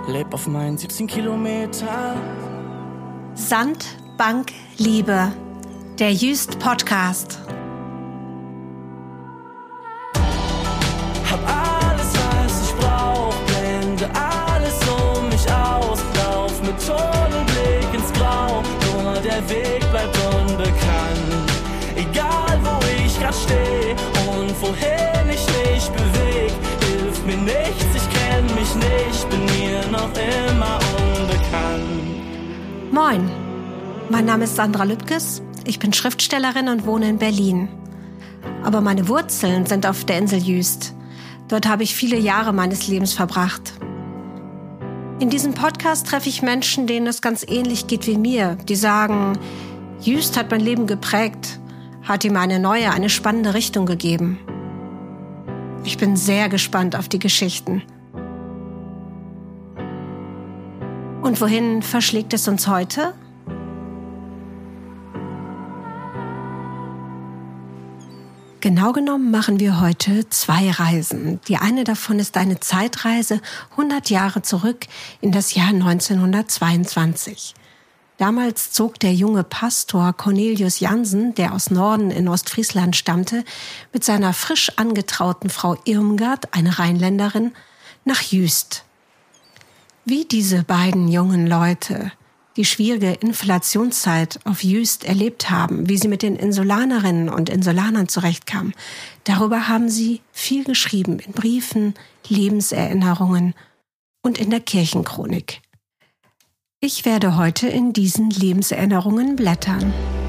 leb auf meinen 17 Kilometer. Sand, Bank, Liebe. Der Jüst Podcast. Hab alles, was ich brauch, blende alles um mich aus. Lauf mit Tunnelblick ins Blau, nur der Weg bleibt unbekannt. Egal wo ich grad steh und wohin ich mich beweg, hilft mir nichts, ich kenn mich nicht, bin mir noch immer unbekannt. Moin, mein Name ist Sandra Lübkes, ich bin Schriftstellerin und wohne in Berlin. Aber meine Wurzeln sind auf der Insel Jüst. Dort habe ich viele Jahre meines Lebens verbracht. In diesem Podcast treffe ich Menschen, denen es ganz ähnlich geht wie mir, die sagen, Jüst hat mein Leben geprägt, hat ihm eine neue, eine spannende Richtung gegeben. Ich bin sehr gespannt auf die Geschichten. Und wohin verschlägt es uns heute? Genau genommen machen wir heute 2 Reisen. Die eine davon ist eine Zeitreise 100 Jahre zurück in das Jahr 1922. Damals zog der junge Pastor Cornelius Jansen, der aus Norden in Ostfriesland stammte, mit seiner frisch angetrauten Frau Irmgard, eine Rheinländerin, nach Jüst. Wie diese beiden jungen Leute die schwierige Inflationszeit auf Jüst erlebt haben, wie sie mit den Insulanerinnen und Insulanern zurechtkamen, darüber haben sie viel geschrieben in Briefen, Lebenserinnerungen und in der Kirchenchronik. Ich werde heute in diesen Lebenserinnerungen blättern.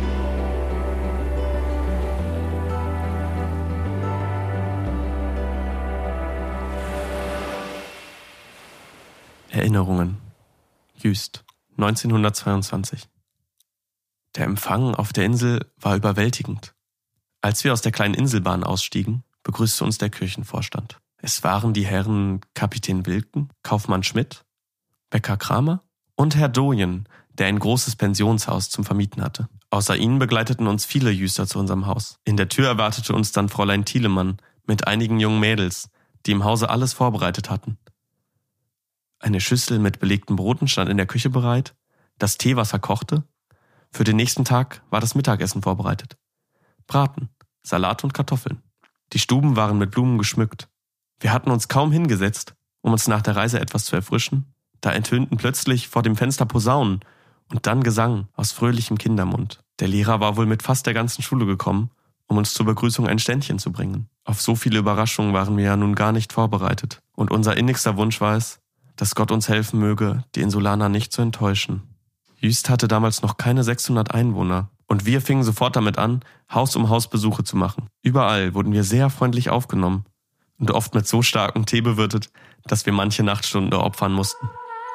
Erinnerungen. Jüst, 1922. Der Empfang auf der Insel war überwältigend. Als wir aus der kleinen Inselbahn ausstiegen, begrüßte uns der Kirchenvorstand. Es waren die Herren Kapitän Wilken, Kaufmann Schmidt, Bäcker Kramer und Herr Dojen, der ein großes Pensionshaus zum Vermieten hatte. Außer ihnen begleiteten uns viele Jüster zu unserem Haus. In der Tür erwartete uns dann Fräulein Thielemann mit einigen jungen Mädels, die im Hause alles vorbereitet hatten. Eine Schüssel mit belegten Broten stand in der Küche bereit, das Teewasser kochte. Für den nächsten Tag war das Mittagessen vorbereitet. Braten, Salat und Kartoffeln. Die Stuben waren mit Blumen geschmückt. Wir hatten uns kaum hingesetzt, um uns nach der Reise etwas zu erfrischen. Da ertönten plötzlich vor dem Fenster Posaunen und dann Gesang aus fröhlichem Kindermund. Der Lehrer war wohl mit fast der ganzen Schule gekommen, um uns zur Begrüßung ein Ständchen zu bringen. Auf so viele Überraschungen waren wir ja nun gar nicht vorbereitet. Und unser innigster Wunsch war es, dass Gott uns helfen möge, die Insulaner nicht zu enttäuschen. Jüst hatte damals noch keine 600 Einwohner und wir fingen sofort damit an, Haus um Haus Besuche zu machen. Überall wurden wir sehr freundlich aufgenommen und oft mit so starkem Tee bewirtet, dass wir manche Nachtstunde opfern mussten.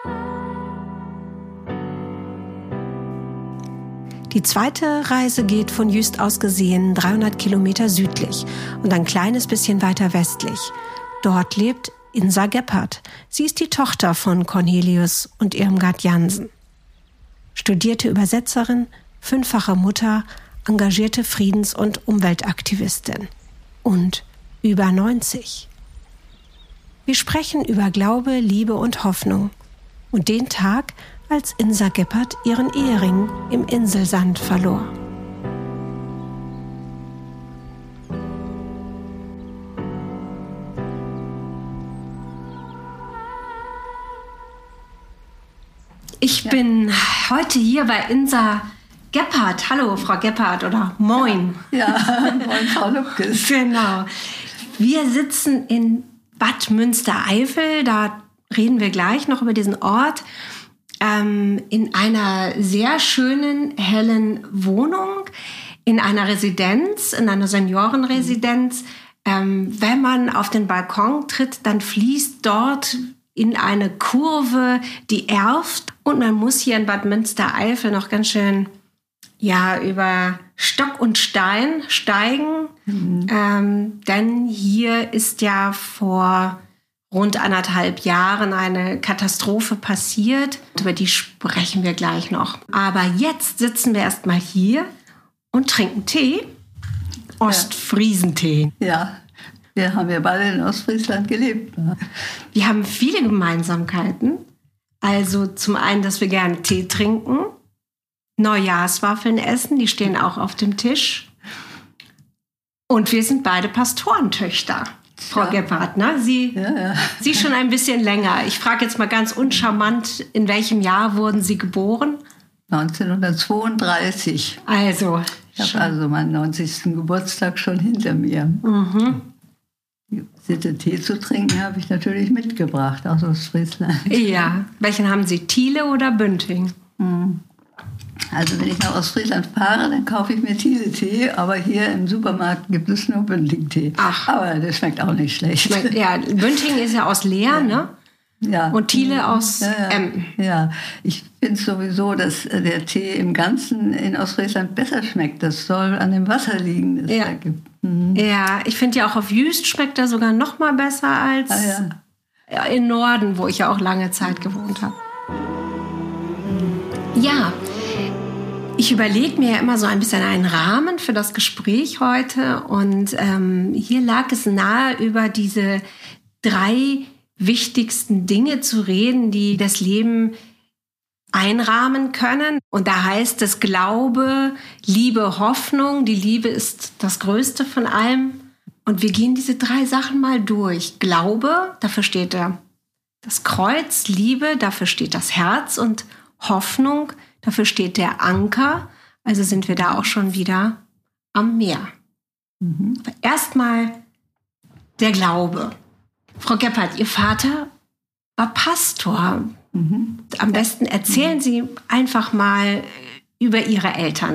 Die zweite Reise geht von Jüst aus gesehen 300 Kilometer südlich und ein kleines bisschen weiter westlich. Dort lebt Insa Gebhardt. Sie ist die Tochter von Cornelius und Irmgard Jansen. Studierte Übersetzerin, 5-fache Mutter, engagierte Friedens- und Umweltaktivistin. Und über 90. Wir sprechen über Glaube, Liebe und Hoffnung. Und den Tag, als Insa Gebhardt ihren Ehering im Inselsand verlor. Ich bin heute hier bei Insa Gebhardt. Hallo, Frau Gebhardt, oder moin. Ja, moin, Frau Lübkes. Genau. Wir sitzen in Bad Münstereifel, da reden wir gleich noch über diesen Ort, in einer sehr schönen, hellen Wohnung, in einer Residenz, in einer Seniorenresidenz. Wenn man auf den Balkon tritt, dann fließt dort in eine Kurve die Erft und man muss hier in Bad Münstereifel noch ganz schön über Stock und Stein steigen, denn hier ist ja vor rund 1,5 Jahren eine Katastrophe passiert. Über die sprechen wir gleich noch. Aber jetzt sitzen wir erstmal hier und trinken Tee. Ostfriesentee. Ja, wir haben ja beide in Ostfriesland gelebt. Ne? Wir haben viele Gemeinsamkeiten. Also zum einen, dass wir gerne Tee trinken, Neujahrswaffeln essen, die stehen auch auf dem Tisch. Und wir sind beide Pastorentöchter, Frau Gebhardt. Ne? Sie schon ein bisschen länger. Ich frage jetzt mal ganz uncharmant, in welchem Jahr wurden Sie geboren? 1932. Also. Ich habe also meinen 90. Geburtstag schon hinter mir. Mhm. Die Sitte, Tee zu trinken, habe ich natürlich mitgebracht aus Ostfriesland. Ja. Welchen haben Sie, Thiele oder Bünding? Also wenn ich nach Ostfriesland fahre, dann kaufe ich mir Thiele-Tee, aber hier im Supermarkt gibt es nur Bünding-Tee. Ach. Aber der schmeckt auch nicht schlecht. Ja, Bünding ist ja aus Leer, ne? Ja. Und Thiele aus Emden. Ja, ich finde sowieso, dass der Tee im Ganzen in Ostfriesland besser schmeckt. Das soll an dem Wasser liegen, das es da gibt. Ja, ich finde ja auch auf Jüst schmeckt er sogar noch mal besser als in Norden, wo ich ja auch lange Zeit gewohnt habe. Ja, ich überlege mir ja immer so ein bisschen einen Rahmen für das Gespräch heute. Und hier lag es nahe, über diese 3 wichtigsten Dinge zu reden, die das Leben einrahmen können. Und da heißt es Glaube, Liebe, Hoffnung. Die Liebe ist das Größte von allem. Und wir gehen diese 3 Sachen mal durch. Glaube, dafür steht das Kreuz. Liebe, dafür steht das Herz. Und Hoffnung, dafür steht der Anker. Also sind wir da auch schon wieder am Meer. Aber erstmal der Glaube. Frau Gebhardt, Ihr Vater war Pastor. Am besten erzählen Sie einfach mal über Ihre Eltern.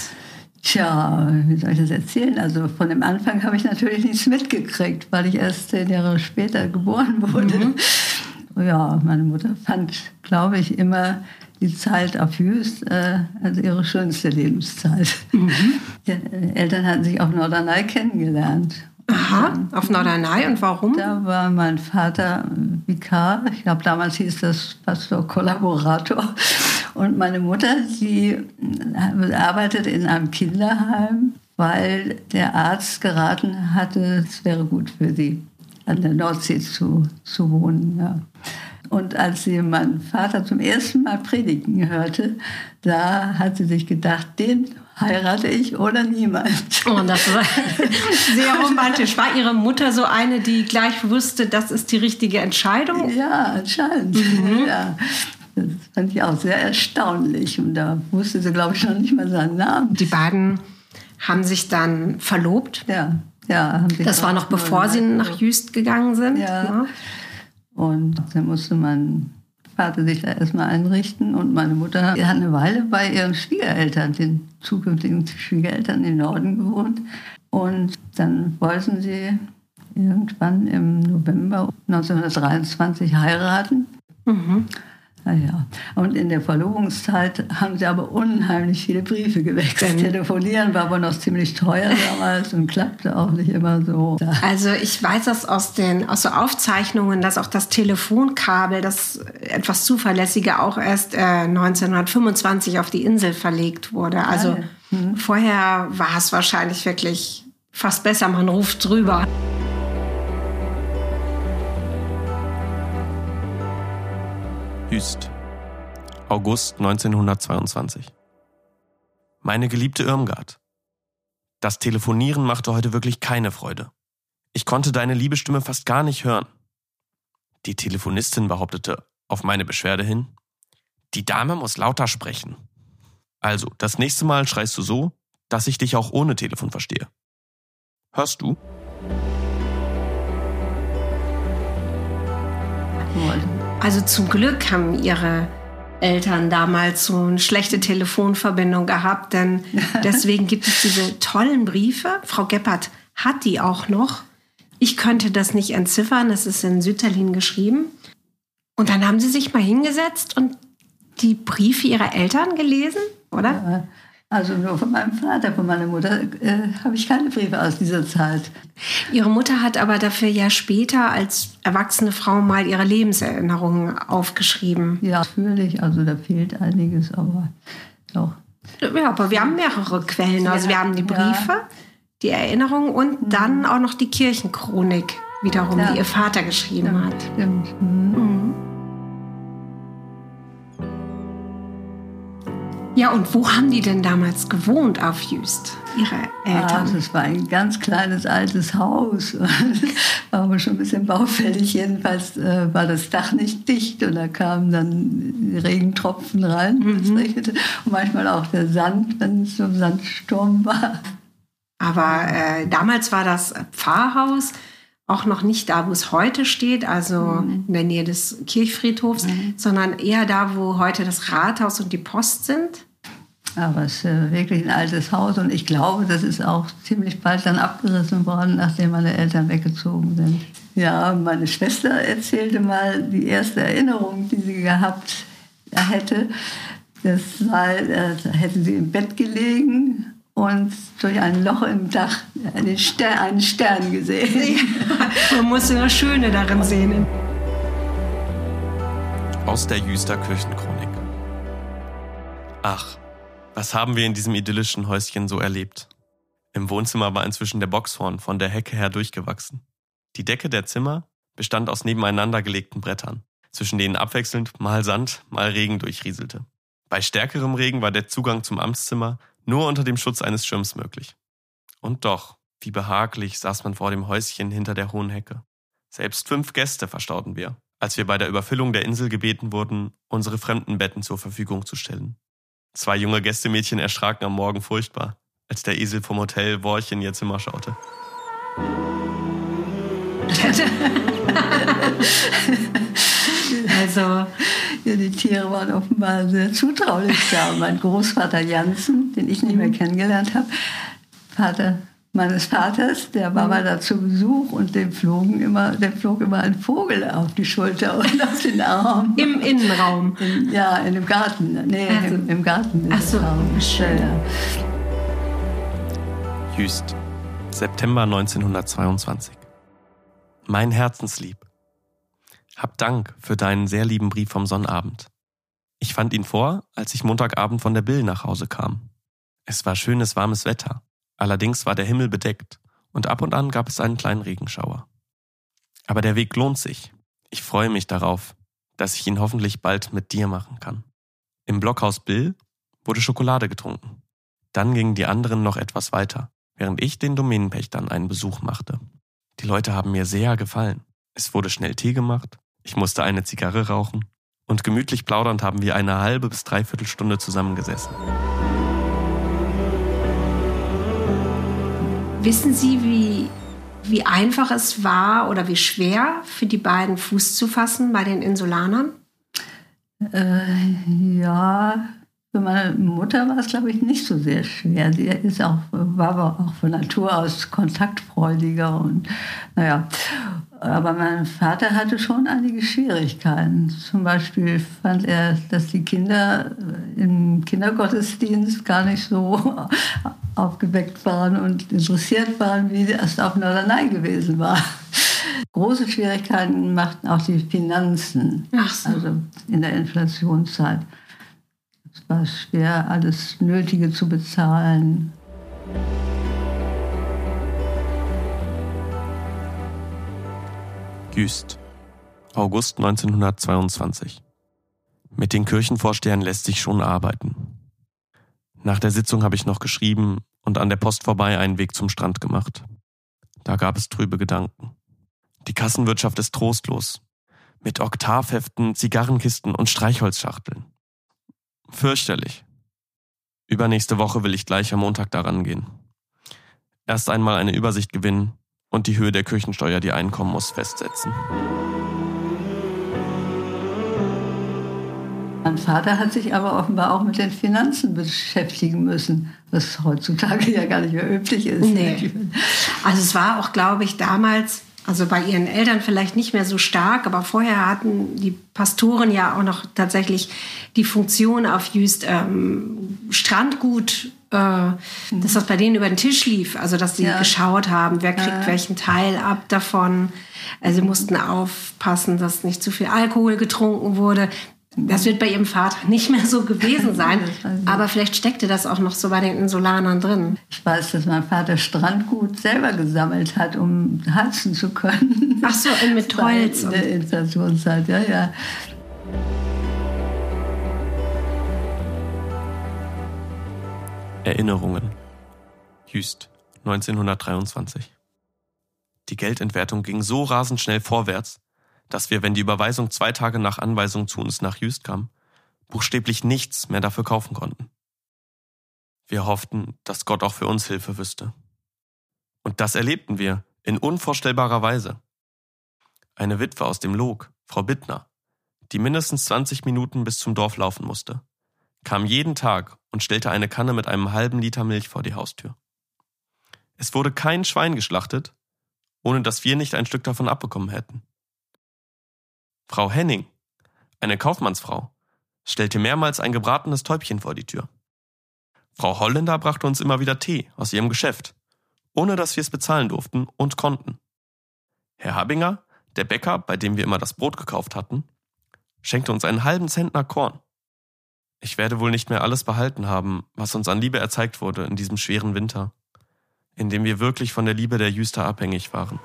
Tja, wie soll ich das erzählen? Also von dem Anfang habe ich natürlich nichts mitgekriegt, weil ich erst 10 Jahre später geboren wurde. Ja, meine Mutter fand, glaube ich, immer die Zeit auf Jüst als ihre schönste Lebenszeit. Die Eltern hatten sich auf Norderney kennengelernt. Aha, auf Norderney. Und warum? Da war mein Vater Vikar. Ich glaube, damals hieß das Pastor Kollaborator. Und meine Mutter, die arbeitet in einem Kinderheim, weil der Arzt geraten hatte, es wäre gut für sie, an der Nordsee zu wohnen. Ja. Und als sie meinen Vater zum ersten Mal predigen hörte, da hat sie sich gedacht, den heirate ich oder niemand. Oh, das war sehr romantisch. War Ihre Mutter so eine, die gleich wusste, das ist die richtige Entscheidung? Ja, anscheinend. Ja. Das fand ich auch sehr erstaunlich. Und da wusste sie, glaube ich, noch nicht mal seinen Namen. Die beiden haben sich dann verlobt? Ja. Haben sie das war noch bevor Sie nach Jüst gegangen sind? Ja. Und dann musste mein Vater sich da erstmal einrichten. Und meine Mutter hat eine Weile bei ihren Schwiegereltern, den zukünftigen Schwiegereltern im Norden gewohnt. Und dann wollten sie irgendwann im November 1923 heiraten. Naja. Und in der Verlobungszeit haben sie aber unheimlich viele Briefe gewechselt. Telefonieren war aber noch ziemlich teuer damals und klappte auch nicht immer so. Also ich weiß das aus so Aufzeichnungen, dass auch das Telefonkabel, das etwas zuverlässige, auch erst 1925 auf die Insel verlegt wurde. Also vorher war es wahrscheinlich wirklich fast besser, man ruft drüber. Jüst, August 1922. Meine geliebte Irmgard. Das Telefonieren machte heute wirklich keine Freude. Ich konnte deine liebe Stimme fast gar nicht hören. Die Telefonistin behauptete auf meine Beschwerde hin, die Dame muss lauter sprechen. Also, das nächste Mal schreist du so, dass ich dich auch ohne Telefon verstehe. Hörst du? Also zum Glück haben Ihre Eltern damals so eine schlechte Telefonverbindung gehabt, denn deswegen gibt es diese tollen Briefe. Frau Gebhardt hat die auch noch. Ich könnte das nicht entziffern, das ist in Sütterlin geschrieben. Und dann haben Sie sich mal hingesetzt und die Briefe Ihrer Eltern gelesen, oder? Ja, also nur von meinem Vater, von meiner Mutter habe ich keine Briefe aus dieser Zeit. Ihre Mutter hat aber dafür ja später als erwachsene Frau mal ihre Lebenserinnerungen aufgeschrieben. Ja, natürlich, also da fehlt einiges, aber doch. Ja, aber wir haben mehrere Quellen. Also wir haben die Briefe, die Erinnerungen und dann auch noch die Kirchenchronik wiederum, die ihr Vater geschrieben hat. Stimmt. Ja, und wo haben die denn damals gewohnt auf Jüst, Ihre Eltern? Das war ein ganz kleines, altes Haus. War aber schon ein bisschen baufällig. Jedenfalls war das Dach nicht dicht und da kamen dann Regentropfen rein. Es regnete. Und manchmal auch der Sand, wenn es so ein Sandsturm war. Aber damals war das Pfarrhaus auch noch nicht da, wo es heute steht, also in der Nähe des Kirchfriedhofs, sondern eher da, wo heute das Rathaus und die Post sind. Aber es ist wirklich ein altes Haus und ich glaube, das ist auch ziemlich bald dann abgerissen worden, nachdem meine Eltern weggezogen sind. Ja, meine Schwester erzählte mal die erste Erinnerung, die sie gehabt hätte. Das war, da hätte sie im Bett gelegen und durch ein Loch im Dach einen Stern gesehen. Man muss das Schöne darin sehen. Aus der Jüster Kirchenchronik. Ach, was haben wir in diesem idyllischen Häuschen so erlebt? Im Wohnzimmer war inzwischen der Boxhorn von der Hecke her durchgewachsen. Die Decke der Zimmer bestand aus nebeneinander gelegten Brettern, zwischen denen abwechselnd mal Sand, mal Regen durchrieselte. Bei stärkerem Regen war der Zugang zum Amtszimmer nur unter dem Schutz eines Schirms möglich. Und doch, wie behaglich saß man vor dem Häuschen hinter der hohen Hecke. Selbst 5 Gäste verstauten wir, als wir bei der Überfüllung der Insel gebeten wurden, unsere Fremdenbetten zur Verfügung zu stellen. 2 junge Gästemädchen erschraken am Morgen furchtbar, als der Esel vom Hotel Worch in ihr Zimmer schaute. Also, ja, die Tiere waren offenbar sehr zutraulich da. Mein Großvater Jansen, den ich nicht mehr kennengelernt habe, Vater meines Vaters, der war mal da zu Besuch und dem flog immer ein Vogel auf die Schulter und auf den Arm. im Innenraum? In dem Garten. Nee, also, im Garten. Ach so, schön. Ja. Jüst, September 1922. Mein Herzenslieb. Hab Dank für deinen sehr lieben Brief vom Sonnabend. Ich fand ihn vor, als ich Montagabend von der Bill nach Hause kam. Es war schönes, warmes Wetter. Allerdings war der Himmel bedeckt und ab und an gab es einen kleinen Regenschauer. Aber der Weg lohnt sich. Ich freue mich darauf, dass ich ihn hoffentlich bald mit dir machen kann. Im Blockhaus Bill wurde Schokolade getrunken. Dann gingen die anderen noch etwas weiter, während ich den Domänenpächtern einen Besuch machte. Die Leute haben mir sehr gefallen. Es wurde schnell Tee gemacht, ich musste eine Zigarre rauchen und gemütlich plaudernd haben wir eine halbe bis 3/4 Stunde zusammengesessen. Wissen Sie, wie einfach es war oder wie schwer für die beiden Fuß zu fassen bei den Insulanern? Ja, für meine Mutter war es, glaube ich, nicht so sehr schwer. Sie war aber auch von Natur aus kontaktfreudiger und naja. Aber mein Vater hatte schon einige Schwierigkeiten. Zum Beispiel fand er, dass die Kinder im Kindergottesdienst gar nicht so aufgeweckt waren und interessiert waren, wie das auf Norderney gewesen war. Große Schwierigkeiten machten auch die Finanzen, Ach so. also in der Inflationszeit. Es war schwer, alles Nötige zu bezahlen. Jüst, August 1922. Mit den Kirchenvorstehern lässt sich schon arbeiten. Nach der Sitzung habe ich noch geschrieben und an der Post vorbei einen Weg zum Strand gemacht. Da gab es trübe Gedanken. Die Kassenwirtschaft ist trostlos. Mit Oktavheften, Zigarrenkisten und Streichholzschachteln. Fürchterlich. Übernächste Woche will ich gleich am Montag daran gehen. Erst einmal eine Übersicht gewinnen und die Höhe der Kirchensteuer, die einkommen muss, festsetzen. Mein Vater hat sich aber offenbar auch mit den Finanzen beschäftigen müssen, was heutzutage ja gar nicht mehr üblich ist. Nee. Also es war auch, glaube ich, damals, also bei ihren Eltern vielleicht nicht mehr so stark, aber vorher hatten die Pastoren ja auch noch tatsächlich die Funktion auf Jüst Strandgut, dass das bei denen über den Tisch lief, also dass sie geschaut haben, wer kriegt welchen Teil ab davon. Also sie mussten aufpassen, dass nicht zu viel Alkohol getrunken wurde. Das wird bei ihrem Vater nicht mehr so gewesen sein, aber vielleicht steckte das auch noch so bei den Insulanern drin. Ich weiß, dass mein Vater Strandgut selber gesammelt hat, um heizen zu können. Ach so, mit Holz. In der Inflationszeit, ja. Erinnerungen. Jüst, 1923. Die Geldentwertung ging so rasend schnell vorwärts, dass wir, wenn die Überweisung 2 Tage nach Anweisung zu uns nach Jüst kam, buchstäblich nichts mehr dafür kaufen konnten. Wir hofften, dass Gott auch für uns Hilfe wüsste. Und das erlebten wir in unvorstellbarer Weise. Eine Witwe aus dem Log, Frau Bittner, die mindestens 20 Minuten bis zum Dorf laufen musste, kam jeden Tag und stellte eine Kanne mit einem halben Liter Milch vor die Haustür. Es wurde kein Schwein geschlachtet, ohne dass wir nicht ein Stück davon abbekommen hätten. Frau Henning, eine Kaufmannsfrau, stellte mehrmals ein gebratenes Täubchen vor die Tür. Frau Holländer brachte uns immer wieder Tee aus ihrem Geschäft, ohne dass wir es bezahlen durften und konnten. Herr Habinger, der Bäcker, bei dem wir immer das Brot gekauft hatten, schenkte uns einen halben Zentner Korn. Ich werde wohl nicht mehr alles behalten haben, was uns an Liebe erzeigt wurde in diesem schweren Winter, in dem wir wirklich von der Liebe der Jüster abhängig waren.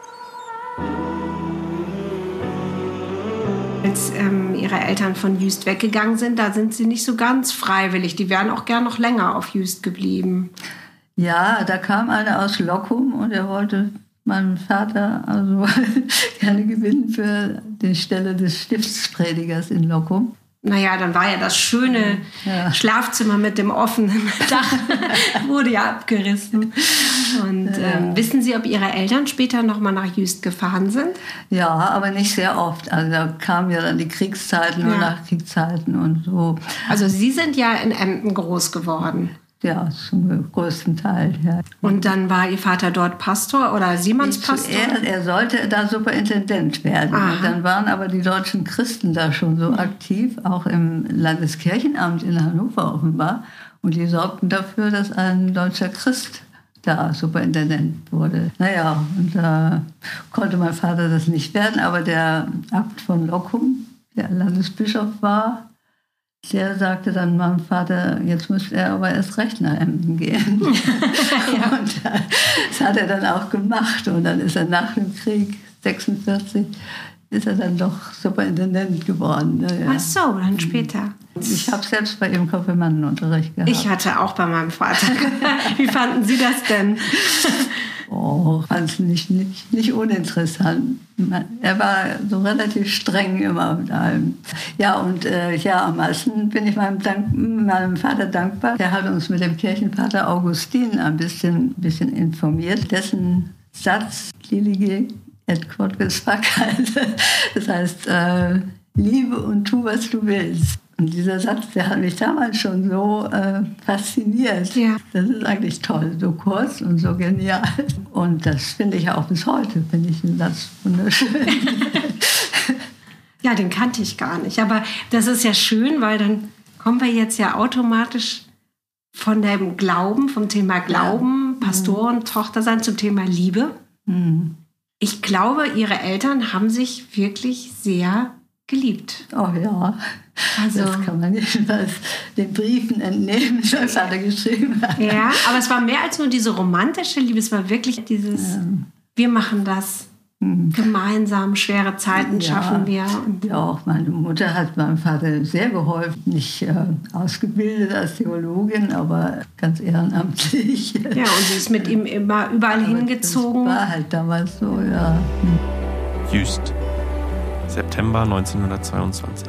Als ihre Eltern von Jüst weggegangen sind, da sind sie nicht so ganz freiwillig. Die wären auch gern noch länger auf Jüst geblieben. Ja, da kam einer aus Lockum und er wollte meinen Vater also gerne gewinnen für die Stelle des Stiftspredigers in Lockum. Naja, dann war ja das schöne Schlafzimmer mit dem offenen Dach, wurde ja abgerissen. Und wissen Sie, ob Ihre Eltern später nochmal nach Jüst gefahren sind? Ja, aber nicht sehr oft. Also da kamen ja dann die Kriegszeiten und Nachkriegszeiten und so. Also Sie sind ja in Emden groß geworden. Ja, zum größten Teil, ja. Und dann war Ihr Vater dort Pastor oder Siemens-Pastor? Er sollte da Superintendent werden. Aha. Und dann waren aber die deutschen Christen da schon so aktiv, auch im Landeskirchenamt in Hannover offenbar. Und die sorgten dafür, dass ein deutscher Christ da Superintendent wurde. Naja, und da konnte mein Vater das nicht werden, aber der Abt von Lockum, der Landesbischof war, der sagte dann meinem Vater, jetzt müsste er aber erst recht nach Emden gehen. Ja. Und das hat er dann auch gemacht. Und dann ist er nach dem Krieg, 1946, ist er dann doch Superintendent geworden. Ja. Ach so, dann später. Ich habe selbst bei ihm Konfirmandenunterricht gehabt. Ich hatte auch bei meinem Vater. Wie fanden Sie das denn? Oh, fand es nicht uninteressant. Er war so relativ streng immer mit allem. Ja, und am meisten bin ich meinem Vater dankbar. Der hat uns mit dem Kirchenvater Augustin ein bisschen informiert. Dessen Satz, Lilige et quod fac, das heißt, liebe und tu, was du willst. Und dieser Satz, der hat mich damals schon so fasziniert. Ja. Das ist eigentlich toll, so kurz und so genial. Und das finde ich auch bis heute, finde ich den Satz wunderschön. Ja, den kannte ich gar nicht. Aber das ist ja schön, weil dann kommen wir jetzt ja automatisch von dem Glauben, vom Thema Glauben, Pastor und Tochter sein, zum Thema Liebe. Mhm. Ich glaube, Ihre Eltern haben sich wirklich sehr geliebt. Oh ja, also, das kann man jedenfalls den Briefen entnehmen, die mein Vater geschrieben hat. Ja, aber es war mehr als nur diese romantische Liebe, es war wirklich dieses, wir machen das gemeinsam, schwere Zeiten schaffen wir. Ja, auch meine Mutter hat meinem Vater sehr geholfen, nicht ausgebildet als Theologin, aber ganz ehrenamtlich. Ja, und sie ist mit ihm immer überall hingezogen. Das war halt damals so, ja. Jüst, September 1922.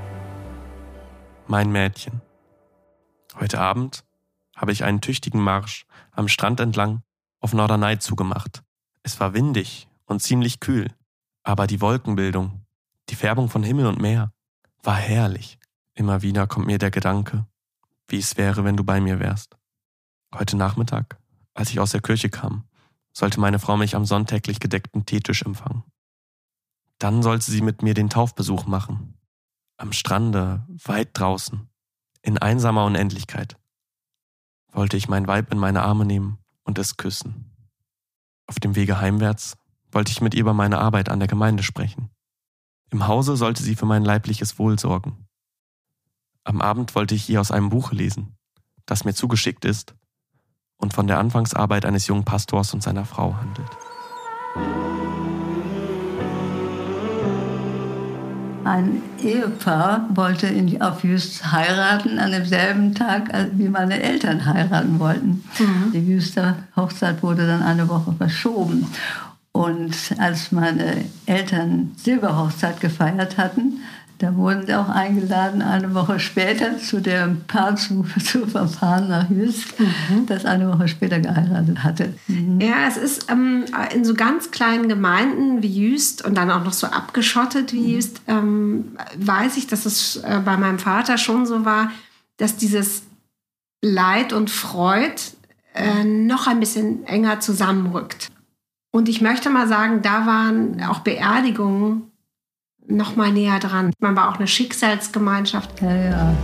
Mein Mädchen. Heute Abend habe ich einen tüchtigen Marsch am Strand entlang auf Norderney zugemacht. Es war windig und ziemlich kühl, aber die Wolkenbildung, die Färbung von Himmel und Meer war herrlich. Immer wieder kommt mir der Gedanke, wie es wäre, wenn du bei mir wärst. Heute Nachmittag, als ich aus der Kirche kam, sollte meine Frau mich am sonntäglich gedeckten Teetisch empfangen. Dann sollte sie mit mir den Taufbesuch machen. Am Strande, weit draußen, in einsamer Unendlichkeit. Wollte ich mein Weib in meine Arme nehmen und es küssen. Auf dem Wege heimwärts wollte ich mit ihr über meine Arbeit an der Gemeinde sprechen. Im Hause sollte sie für mein leibliches Wohl sorgen. Am Abend wollte ich ihr aus einem Buche lesen, das mir zugeschickt ist und von der Anfangsarbeit eines jungen Pastors und seiner Frau handelt. Ein Ehepaar wollte auf Jüst heiraten an demselben Tag, wie meine Eltern heiraten wollten. Die Jüster Hochzeit wurde dann eine Woche verschoben. Und als meine Eltern Silberhochzeit gefeiert hatten, da wurden sie auch eingeladen, eine Woche später zu dem Paar zu verfahren nach Jüst, das eine Woche später geheiratet hatte. Ja, es ist in so ganz kleinen Gemeinden wie Jüst und dann auch noch so abgeschottet wie Jüst, weiß ich, dass es bei meinem Vater schon so war, dass dieses Leid und Freud noch ein bisschen enger zusammenrückt. Und ich möchte mal sagen, da waren auch Beerdigungen noch mal näher dran. Man war auch eine Schicksalsgemeinschaft. Ja.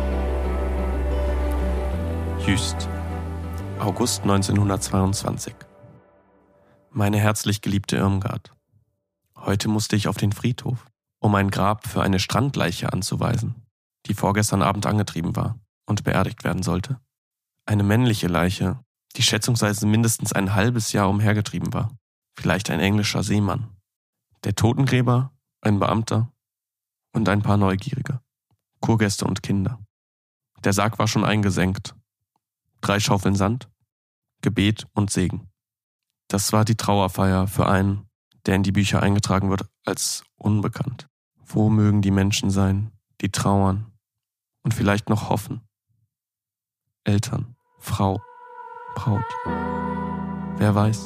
Jüst, August 1922. Meine herzlich geliebte Irmgard. Heute musste ich auf den Friedhof, um ein Grab für eine Strandleiche anzuweisen, die vorgestern Abend angetrieben war und beerdigt werden sollte. Eine männliche Leiche, die schätzungsweise mindestens ein halbes Jahr umhergetrieben war. Vielleicht ein englischer Seemann. Der Totengräber, ein Beamter und ein paar Neugierige. Kurgäste und Kinder. Der Sarg war schon eingesenkt. 3 Schaufeln Sand, Gebet und Segen. Das war die Trauerfeier für einen, der in die Bücher eingetragen wird als unbekannt. Wo mögen die Menschen sein, die trauern und vielleicht noch hoffen? Eltern, Frau, Braut. Wer weiß?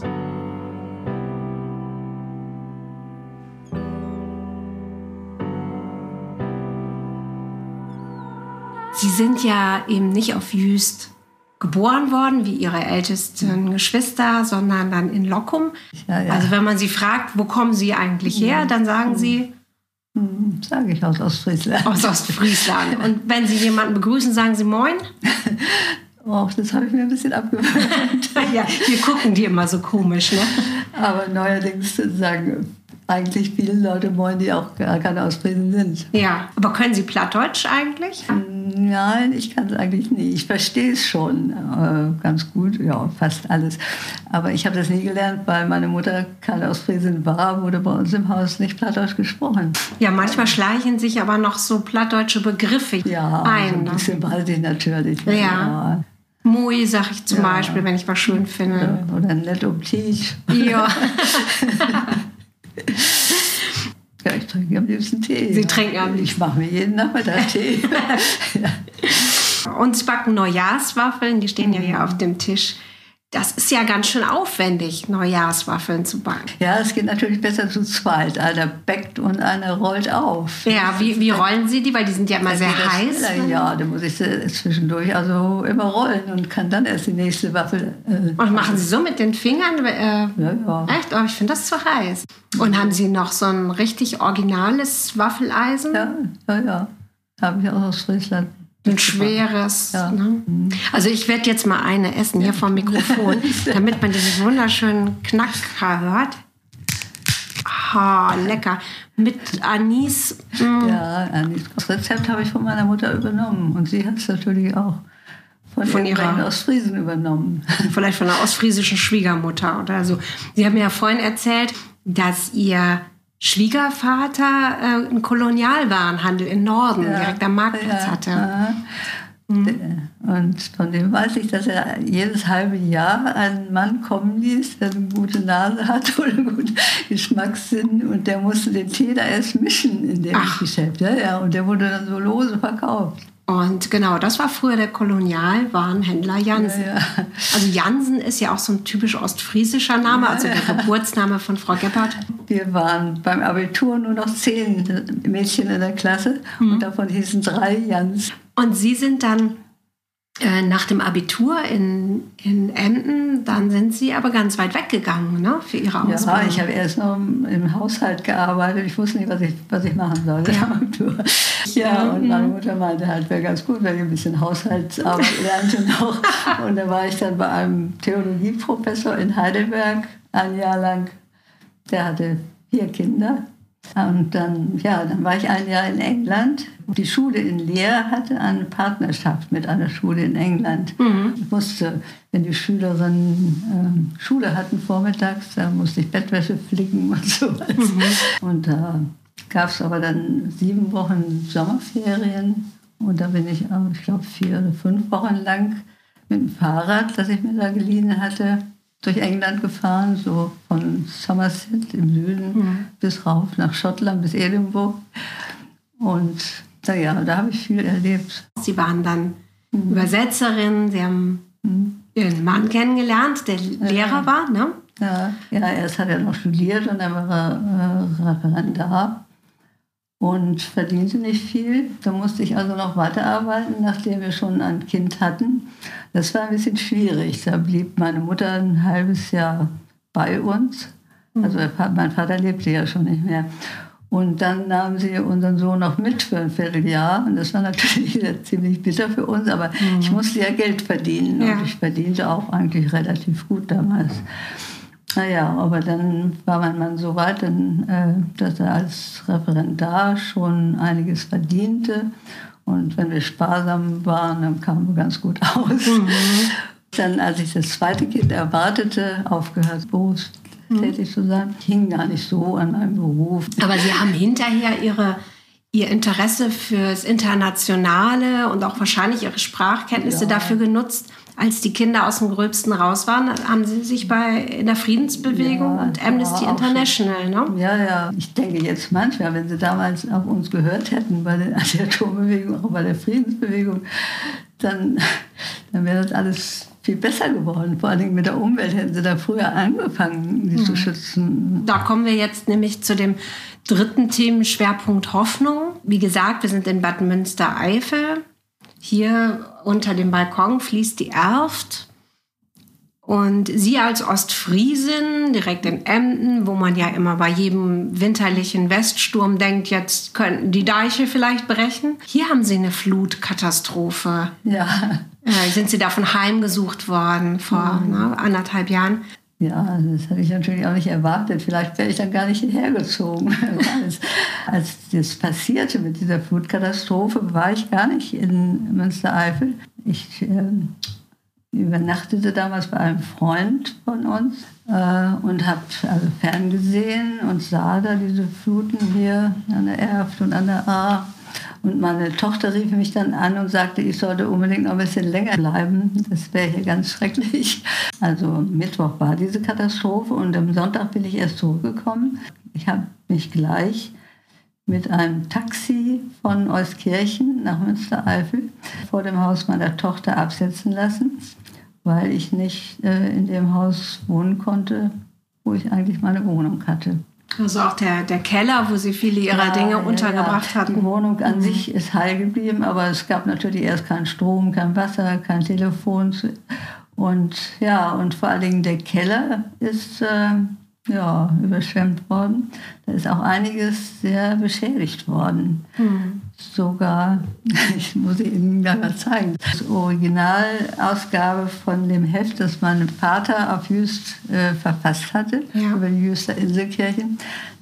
Sie sind ja eben nicht auf Jüst geboren worden, wie ihre ältesten Geschwister, sondern dann in Lockum. Ja. Also wenn man sie fragt, wo kommen sie eigentlich her, dann sagen sie... Sage ich aus Ostfriesland. Aus Ostfriesland. Und wenn sie jemanden begrüßen, sagen sie Moin? Oh, das habe ich mir ein bisschen abgewöhnt. Ja, wir gucken die immer so komisch, ne? Aber neuerdings sagen eigentlich viele Leute Moin, die auch gar keine Ostfriesen sind. Ja, aber können Sie Plattdeutsch eigentlich? Nein, ich kann es eigentlich nicht. Ich verstehe es schon ganz gut, ja, fast alles. Aber ich habe das nie gelernt, weil meine Mutter keine Ostfriesin war, wurde bei uns im Haus nicht Plattdeutsch gesprochen. Ja, manchmal schleichen sich aber noch so plattdeutsche Begriffe ein. So ein bisschen weiß ich natürlich. Ja. Moi sage ich zum Beispiel, wenn ich was schön finde. Oder nett um Tisch. Ja. Ja, ich trinke am liebsten Tee. Sie trinken am liebsten. Ich mache mir jeden Nachmittag Tee. Und Sie backen Neujahrswaffeln, die stehen ja hier auf dem Tisch. Das ist ja ganz schön aufwendig, Neujahrswaffeln zu backen. Ja, es geht natürlich besser zu zweit. Einer backt und einer rollt auf. Ja, wie rollen Sie die? Weil die sind ja immer sehr heiß. Ja, da muss ich zwischendurch also immer rollen und kann dann erst die nächste Waffel... Und machen Sie so mit den Fingern? Ja. Echt? Oh, ich finde das zu heiß. Und haben Sie noch so ein richtig originales Waffeleisen? Ja. Habe ich auch aus Friesland. Ein schweres. Ja. Ne? Also ich werde jetzt mal eine essen hier vom Mikrofon, damit man diesen wunderschönen Knacker hört. Lecker. Mit Anis. Ja, Anis. Das Rezept habe ich von meiner Mutter übernommen. Und sie hat es natürlich auch von ihrer Ostfriesen übernommen. Vielleicht von einer ostfriesischen Schwiegermutter oder so. Sie haben mir ja vorhin erzählt, dass ihr Schwiegervater einen Kolonialwarenhandel im Norden direkt am Marktplatz hatte. Und von dem weiß ich, dass er jedes halbe Jahr einen Mann kommen ließ, der eine gute Nase hat oder einen guten Geschmackssinn. Und der musste den Tee da erst mischen in dem Geschäft. Ja, und der wurde dann so lose verkauft. Und genau, das war früher der Kolonialwarenhändler Jansen. Ja. Also Jansen ist ja auch so ein typisch ostfriesischer Name, also der Geburtsname von Frau Gebhardt. Wir waren beim Abitur nur noch 10 Mädchen in der Klasse und davon hießen 3 Jans. Und Sie sind dann nach dem Abitur in Emden, dann sind Sie aber ganz weit weggegangen, ne, für Ihre Ausbildung. Ja, ich habe erst noch im Haushalt gearbeitet. Ich wusste nicht, was ich machen sollte. Ja, und meine Mutter meinte halt, wäre ganz gut, wenn ich ein bisschen Haushaltsarbeit lernte noch. Und da war ich dann bei einem Theologieprofessor in Heidelberg ein Jahr lang. Der hatte 4 Kinder. Und dann war ich ein Jahr in England. Die Schule in Leer hatte eine Partnerschaft mit einer Schule in England. Ich musste, wenn die Schülerinnen Schule hatten vormittags, da musste ich Bettwäsche flicken und so. Und da gab es aber dann 7 Wochen Sommerferien. Und da bin ich, ich glaube, 4 oder 5 Wochen lang mit dem Fahrrad, das ich mir da geliehen hatte, durch England gefahren, so von Somerset im Süden bis rauf nach Schottland, bis Edinburgh. Und ja, da habe ich viel erlebt. Sie waren dann Übersetzerin, Sie haben Ihren Mann kennengelernt, der Lehrer war, ne? Ja, erst hat er noch studiert und dann war er Referendar und verdiente nicht viel. Da musste ich also noch weiterarbeiten, nachdem wir schon ein Kind hatten. Das war ein bisschen schwierig. Da blieb meine Mutter ein halbes Jahr bei uns. Also mein Vater lebte ja schon nicht mehr. Und dann nahmen sie unseren Sohn noch mit für ein Vierteljahr. Und das war natürlich ziemlich bitter für uns, aber ich musste ja Geld verdienen. Ja. Und ich verdiente auch eigentlich relativ gut damals. Naja, aber dann war mein Mann so weit, dass er als Referendar schon einiges verdiente. Und wenn wir sparsam waren, dann kamen wir ganz gut aus. Dann, als ich das zweite Kind erwartete, aufgehört, berufstätig zu sein, hing gar nicht so an meinem Beruf. Aber Sie haben hinterher Ihr Interesse fürs Internationale und auch wahrscheinlich Ihre Sprachkenntnisse dafür genutzt. Als die Kinder aus dem Gröbsten raus waren, haben Sie sich in der Friedensbewegung und Amnesty International, ne? Ja. Ich denke jetzt manchmal, wenn Sie damals auf uns gehört hätten, bei der Anti-Atom-Bewegung, auch bei der Friedensbewegung, dann wäre das alles viel besser geworden. Vor allen Dingen mit der Umwelt hätten Sie da früher angefangen, die zu schützen. Da kommen wir jetzt nämlich zu dem dritten Themenschwerpunkt Hoffnung. Wie gesagt, wir sind in Bad Münstereifel. Hier unter dem Balkon fließt die Erft. Und Sie als Ostfriesin, direkt in Emden, wo man ja immer bei jedem winterlichen Weststurm denkt, jetzt könnten die Deiche vielleicht brechen. Hier haben Sie eine Flutkatastrophe. Ja. Sind Sie davon heimgesucht worden vor 1,5 Jahren? Ja, das habe ich natürlich auch nicht erwartet. Vielleicht wäre ich dann gar nicht hierher gezogen. Als das passierte mit dieser Flutkatastrophe, war ich gar nicht in Münstereifel. Ich übernachtete damals bei einem Freund von uns und habe also ferngesehen und sah da diese Fluten hier an der Erft und an der Ahr. Und meine Tochter rief mich dann an und sagte, ich sollte unbedingt noch ein bisschen länger bleiben. Das wäre hier ganz schrecklich. Also Mittwoch war diese Katastrophe und am Sonntag bin ich erst zurückgekommen. Ich habe mich gleich mit einem Taxi von Euskirchen nach Münstereifel vor dem Haus meiner Tochter absetzen lassen, weil ich nicht in dem Haus wohnen konnte, wo ich eigentlich meine Wohnung hatte. Also auch der Keller, wo Sie viele Ihrer Dinge untergebracht hatten. Die Wohnung an sich ist heil geblieben, aber es gab natürlich erst keinen Strom, kein Wasser, kein Telefon. Und vor allen Dingen der Keller ist überschwemmt worden. Da ist auch einiges sehr beschädigt worden. Sogar, ich muss Ihnen gleich mal zeigen, die Originalausgabe von dem Heft, das mein Vater auf Jüst verfasst hatte, über die Jüster Inselkirchen,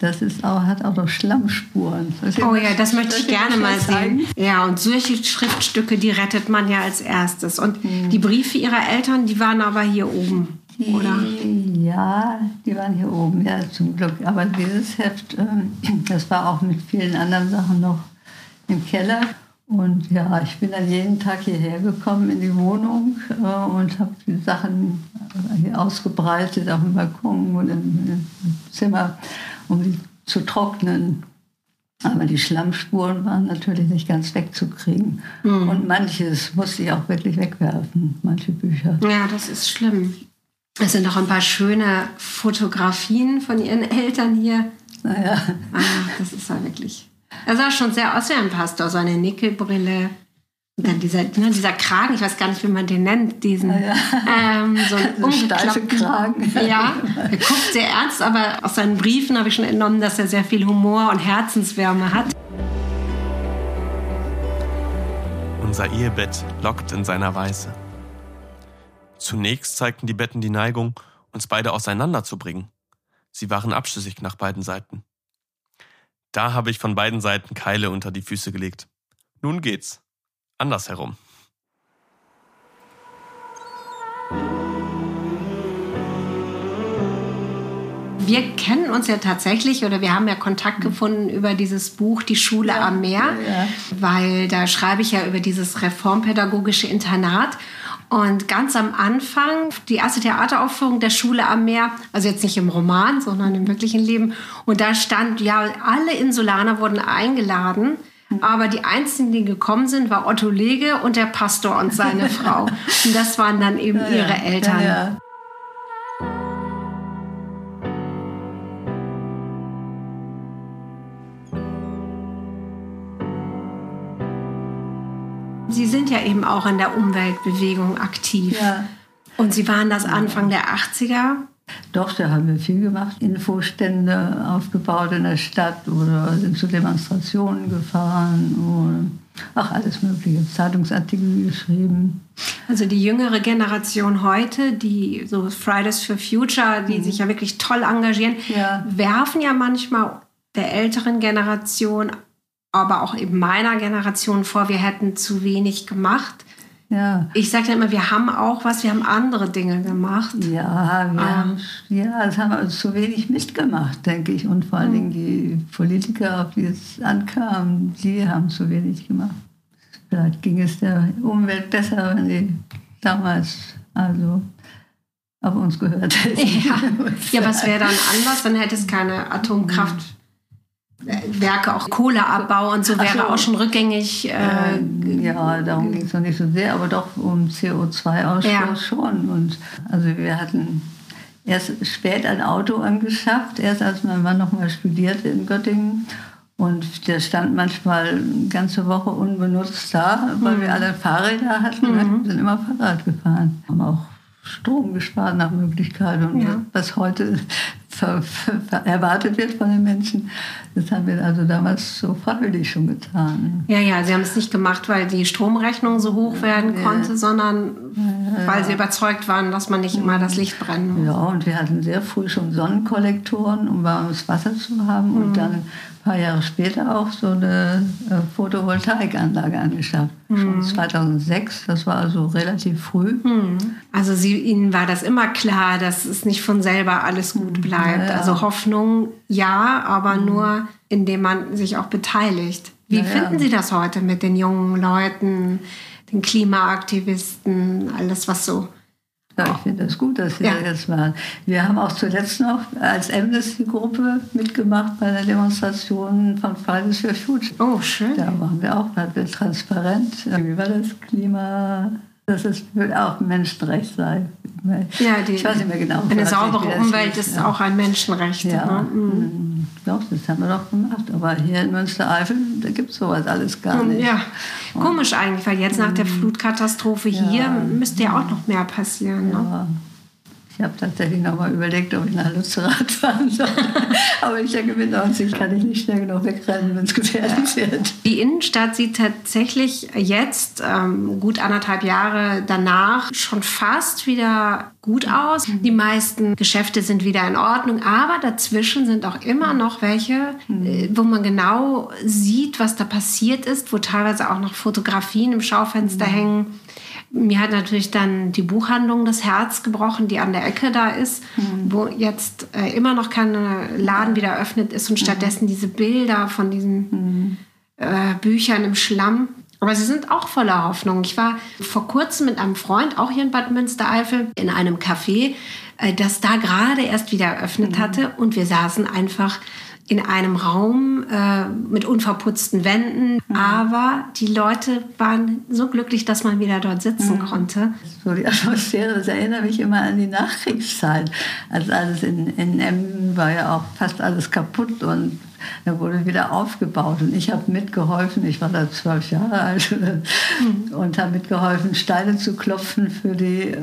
hat auch noch Schlammspuren. Das möchte ich gerne mal sehen. Ja, und solche Schriftstücke, die rettet man ja als erstes. Und die Briefe Ihrer Eltern, die waren aber hier oben. Oder? Ja, die waren hier oben, ja, zum Glück. Aber dieses Heft, das war auch mit vielen anderen Sachen noch im Keller. Und ja, ich bin dann jeden Tag hierher gekommen in die Wohnung und habe die Sachen hier ausgebreitet auf dem Balkon und im Zimmer, um die zu trocknen. Aber die Schlammspuren waren natürlich nicht ganz wegzukriegen. Und manches musste ich auch wirklich wegwerfen, manche Bücher. Ja, das ist schlimm. Es sind noch ein paar schöne Fotografien von Ihren Eltern hier. Naja. Das ist ja wirklich... Er sah schon sehr aus wie ein Pastor, so eine Nickelbrille. Und dann dieser Kragen, ich weiß gar nicht, wie man den nennt, diesen so einen steife Kragen. Ja, er guckt sehr ernst, aber aus seinen Briefen habe ich schon entnommen, dass er sehr viel Humor und Herzenswärme hat. Unser Ehebett lockt in seiner Weiße. Zunächst zeigten die Betten die Neigung, uns beide auseinanderzubringen. Sie waren abschüssig nach beiden Seiten. Da habe ich von beiden Seiten Keile unter die Füße gelegt. Nun geht's. Andersherum. wir kennen uns ja tatsächlich oder wir haben ja Kontakt gefunden über dieses Buch Die Schule am Meer, weil da schreibe ich ja über dieses reformpädagogische Internat. Und ganz am Anfang, die erste Theateraufführung der Schule am Meer, also jetzt nicht im Roman, sondern im wirklichen Leben. Und da stand, ja, alle Insulaner wurden eingeladen, aber die einzigen, die gekommen sind, war Otto Lege und der Pastor und seine Frau. Und das waren dann eben ihre Eltern. Ja. Sie sind ja eben auch in der Umweltbewegung aktiv. Ja. Und Sie waren das Anfang der 80er. Doch, da haben wir viel gemacht. Infostände aufgebaut in der Stadt oder sind zu Demonstrationen gefahren oder alles Mögliche. Zeitungsartikel geschrieben. Also die jüngere Generation heute, die so Fridays for Future, die sich ja wirklich toll engagieren, werfen ja manchmal der älteren Generation, aber auch eben meiner Generation vor, wir hätten zu wenig gemacht. Ja. Ich sage dann immer, wir haben auch was, wir haben andere Dinge gemacht. Ja, das haben wir zu wenig mitgemacht, denke ich. Und vor allen Dingen die Politiker, auf die es ankam, die haben zu wenig gemacht. Vielleicht ging es der Umwelt besser, wenn die damals auf uns gehört hätten. Ja, was wäre dann anders? Dann hätte es keine Atomkraftwerke, auch Kohleabbau und so wäre auch schon rückgängig. Ja, darum ging es noch nicht so sehr, aber doch um CO2-Ausstoß schon. Und also wir hatten erst spät ein Auto angeschafft, erst als mein Mann noch mal studierte in Göttingen. Und der stand manchmal eine ganze Woche unbenutzt da, weil wir alle Fahrräder hatten. Wir sind immer Fahrrad gefahren. Haben auch Strom gespart nach Möglichkeit. Und was heute erwartet wird von den Menschen, das haben wir also damals so freiwillig schon getan. Ja, Sie haben es nicht gemacht, weil die Stromrechnung so hoch werden konnte, sondern weil Sie überzeugt waren, dass man nicht immer das Licht brennen muss. Ja, und wir hatten sehr früh schon Sonnenkollektoren, um warmes Wasser zu haben. Und dann ein paar Jahre später auch so eine Photovoltaikanlage angeschafft. Schon 2006, das war also relativ früh. Also Ihnen war das immer klar, dass es nicht von selber alles gut bleibt. Also Hoffnung, ja, aber nur, indem man sich auch beteiligt. Wie finden Sie das heute mit den jungen Leuten, den Klimaaktivisten, alles was so... Ja, ich finde das gut, dass Sie da jetzt waren. Wir haben auch zuletzt noch als Amnesty-Gruppe mitgemacht bei der Demonstration von Fridays for Future. Oh, schön. Da waren wir auch transparent. Wie war das Klima? Dass es auch ein Menschenrecht sei. Ja, ich weiß nicht mehr genau. Eine saubere Umwelt ist auch ein Menschenrecht. Ja, doch, das haben wir doch gemacht. Aber hier in Münstereifel, da gibt es sowas alles gar nicht. Ja, komisch eigentlich, weil jetzt nach der Flutkatastrophe hier müsste ja auch noch mehr passieren. Ne? Ja. Ich habe tatsächlich noch mal überlegt, ob ich nach Lützerath fahren soll. Aber ich denke, mit 90 kann ich nicht schnell genug wegrennen, wenn es gefährlich wird. Die Innenstadt sieht tatsächlich jetzt, gut 1,5 Jahre danach, schon fast wieder gut aus. Die meisten Geschäfte sind wieder in Ordnung, aber dazwischen sind auch immer noch welche, wo man genau sieht, was da passiert ist, wo teilweise auch noch Fotografien im Schaufenster hängen. Mir hat natürlich dann die Buchhandlung das Herz gebrochen, die an der Ecke da ist, wo jetzt immer noch kein Laden wieder eröffnet ist und stattdessen diese Bilder von diesen Büchern im Schlamm. Aber sie sind auch voller Hoffnung. Ich war vor kurzem mit einem Freund, auch hier in Bad Münstereifel, in einem Café, das da gerade erst wieder eröffnet hatte. Und wir saßen einfach in einem Raum mit unverputzten Wänden. Aber die Leute waren so glücklich, dass man wieder dort sitzen konnte. So die Atmosphäre, das erinnert mich immer an die Nachkriegszeit. Also alles in Emden war ja auch fast alles kaputt und da wurde wieder aufgebaut. Und ich habe mitgeholfen, ich war da 12 Jahre alt und habe mitgeholfen, Steine zu klopfen für die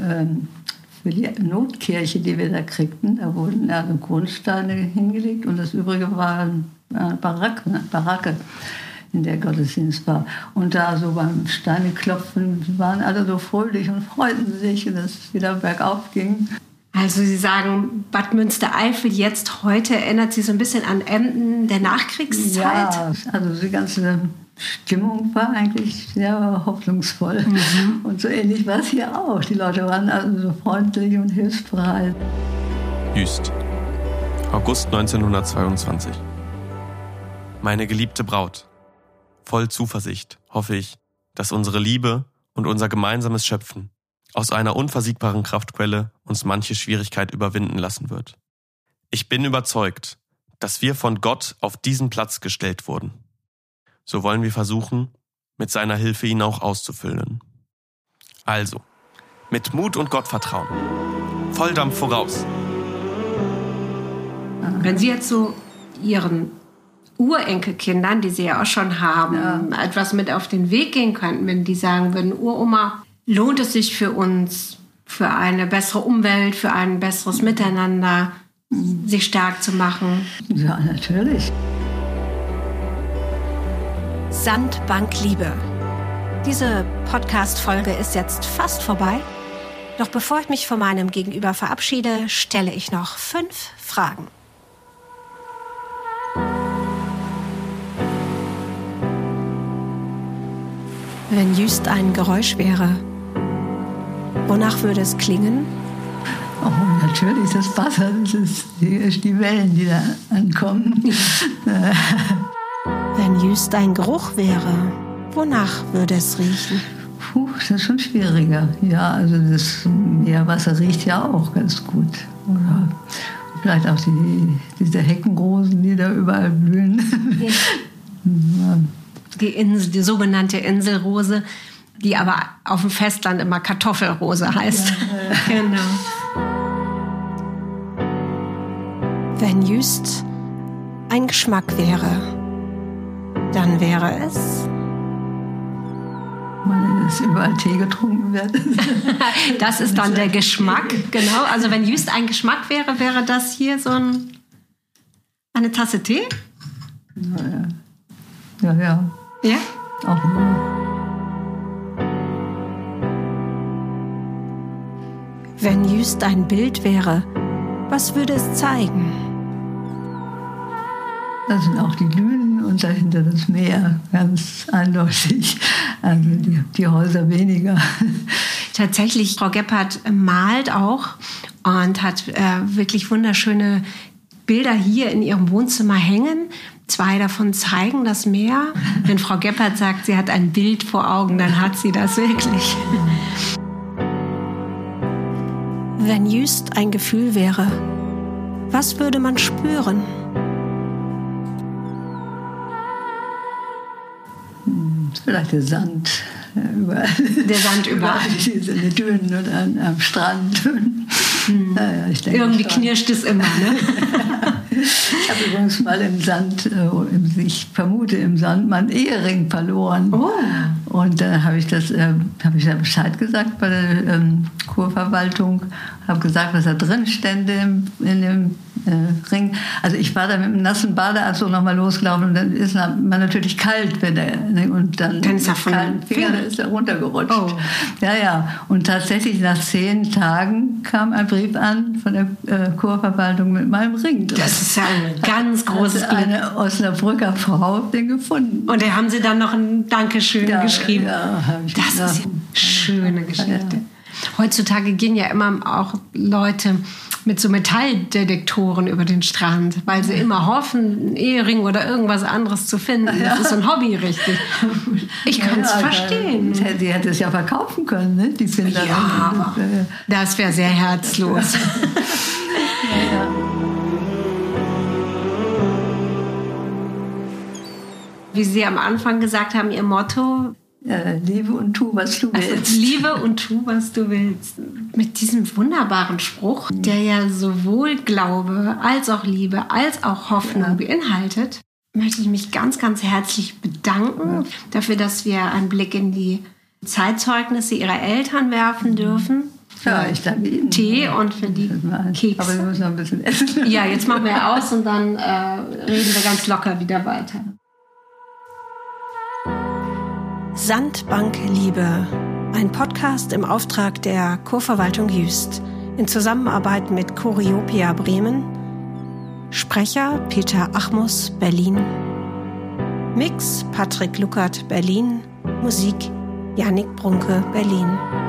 Notkirche, die wir da kriegten. Da wurden Grundsteine hingelegt und das Übrige war eine Baracke, in der Gottesdienst war. Und da so beim Steineklopfen waren alle so fröhlich und freuten sich, dass es wieder bergauf ging. Also Sie sagen, Bad Münstereifel jetzt heute erinnert Sie so ein bisschen an Emden der Nachkriegszeit? Ja, also die ganze Stimmung war eigentlich sehr hoffnungsvoll. Und so ähnlich war es hier auch. Die Leute waren also so freundlich und hilfsbereit. Jüst. August 1922. Meine geliebte Braut. Voll Zuversicht hoffe ich, dass unsere Liebe und unser gemeinsames Schöpfen aus einer unversiegbaren Kraftquelle uns manche Schwierigkeit überwinden lassen wird. Ich bin überzeugt, dass wir von Gott auf diesen Platz gestellt wurden. So wollen wir versuchen, mit seiner Hilfe ihn auch auszufüllen. Also, mit Mut und Gottvertrauen. Volldampf voraus. Wenn Sie jetzt so Ihren Urenkelkindern, die Sie ja auch schon haben, etwas mit auf den Weg gehen könnten, wenn die sagen würden, Uroma, lohnt es sich für uns, für eine bessere Umwelt, für ein besseres Miteinander, sich stark zu machen? Ja, natürlich. Sandbank Liebe. Diese Podcast-Folge ist jetzt fast vorbei. Doch bevor ich mich von meinem Gegenüber verabschiede, stelle ich noch 5 Fragen. Wenn Jüst ein Geräusch wäre, wonach würde es klingen? Oh, natürlich das Wasser, das ist die Wellen, die da ankommen. Wenn Jüst ein Geruch wäre, wonach würde es riechen? Puh, das ist schon schwieriger. Ja, also das Meerwasser riecht ja auch ganz gut. Oder vielleicht auch diese Heckenrosen, die da überall blühen. Ja. Ja. Die sogenannte Inselrose, die aber auf dem Festland immer Kartoffelrose heißt. Ja. Genau. Wenn Jüst ein Geschmack wäre, dann wäre es... Dass überall Tee getrunken wird. Das ist dann der Geschmack, genau. Also wenn Jüst ein Geschmack wäre, wäre das hier so eine Tasse Tee? Ja. Ja? Auch nur. Wenn Jüst ein Bild wäre, was würde es zeigen? Da sind auch die Dünen und dahinter das Meer, ganz eindeutig. Also die Häuser weniger. Tatsächlich, Frau Gebhardt malt auch und hat wirklich wunderschöne Bilder hier in ihrem Wohnzimmer hängen. 2 davon zeigen das Meer. Wenn Frau Gebhardt sagt, sie hat ein Bild vor Augen, dann hat sie das wirklich. Wenn Jüst ein Gefühl wäre, was würde man spüren? Vielleicht der Sand überall. Der Sand überall. In den Dünen und am Strand. Ja, ich denke irgendwie schon. knirscht es immer, ne? Ich habe übrigens mal im Sand, ich vermute im Sand, meinen Ehering verloren. Oh. Und dann habe ich da Bescheid gesagt bei der Kurverwaltung, habe gesagt, was da drin stände in dem Ring. Also ich war da mit einem nassen Badeanzug nochmal losgelaufen und dann ist man natürlich kalt, und dann ist er von kalten Finger ist er runtergerutscht. Oh. Ja. Und tatsächlich nach 10 Tagen kam ein Brief an von der Kurverwaltung mit meinem Ring drin. Das ist ja ein ganz großes Glück. Eine Osnabrücker Frau den gefunden. Und da haben Sie dann noch ein Dankeschön geschrieben. Ja, habe ich das gesagt. ist eine schöne Geschichte. Ja. Heutzutage gehen ja immer auch Leute mit so Metalldetektoren über den Strand, weil sie immer hoffen, einen Ehering oder irgendwas anderes zu finden. Das ist so ein Hobby, richtig. Ich kann es verstehen. Sie hätte es ja verkaufen können, ne? Die Kinder. Ja, aber das wäre sehr herzlos. Wie Sie am Anfang gesagt haben, Ihr Motto: Liebe und tu, was du willst. Also, liebe und tu, was du willst. Mit diesem wunderbaren Spruch, der ja sowohl Glaube als auch Liebe als auch Hoffnung beinhaltet, möchte ich mich ganz, ganz herzlich bedanken dafür, dass wir einen Blick in die Zeitzeugnisse Ihrer Eltern werfen dürfen. Ja, ich danke Ihnen. Tee und für die Kekse. Aber wir müssen noch ein bisschen essen. Ja, jetzt machen wir aus und dann reden wir ganz locker wieder weiter. Sandbank Liebe, ein Podcast im Auftrag der Kurverwaltung Jüst in Zusammenarbeit mit Choreopia Bremen. Sprecher Peter Achmus, Berlin. Mix Patrick Luckert, Berlin. Musik Jannik Brunke, Berlin.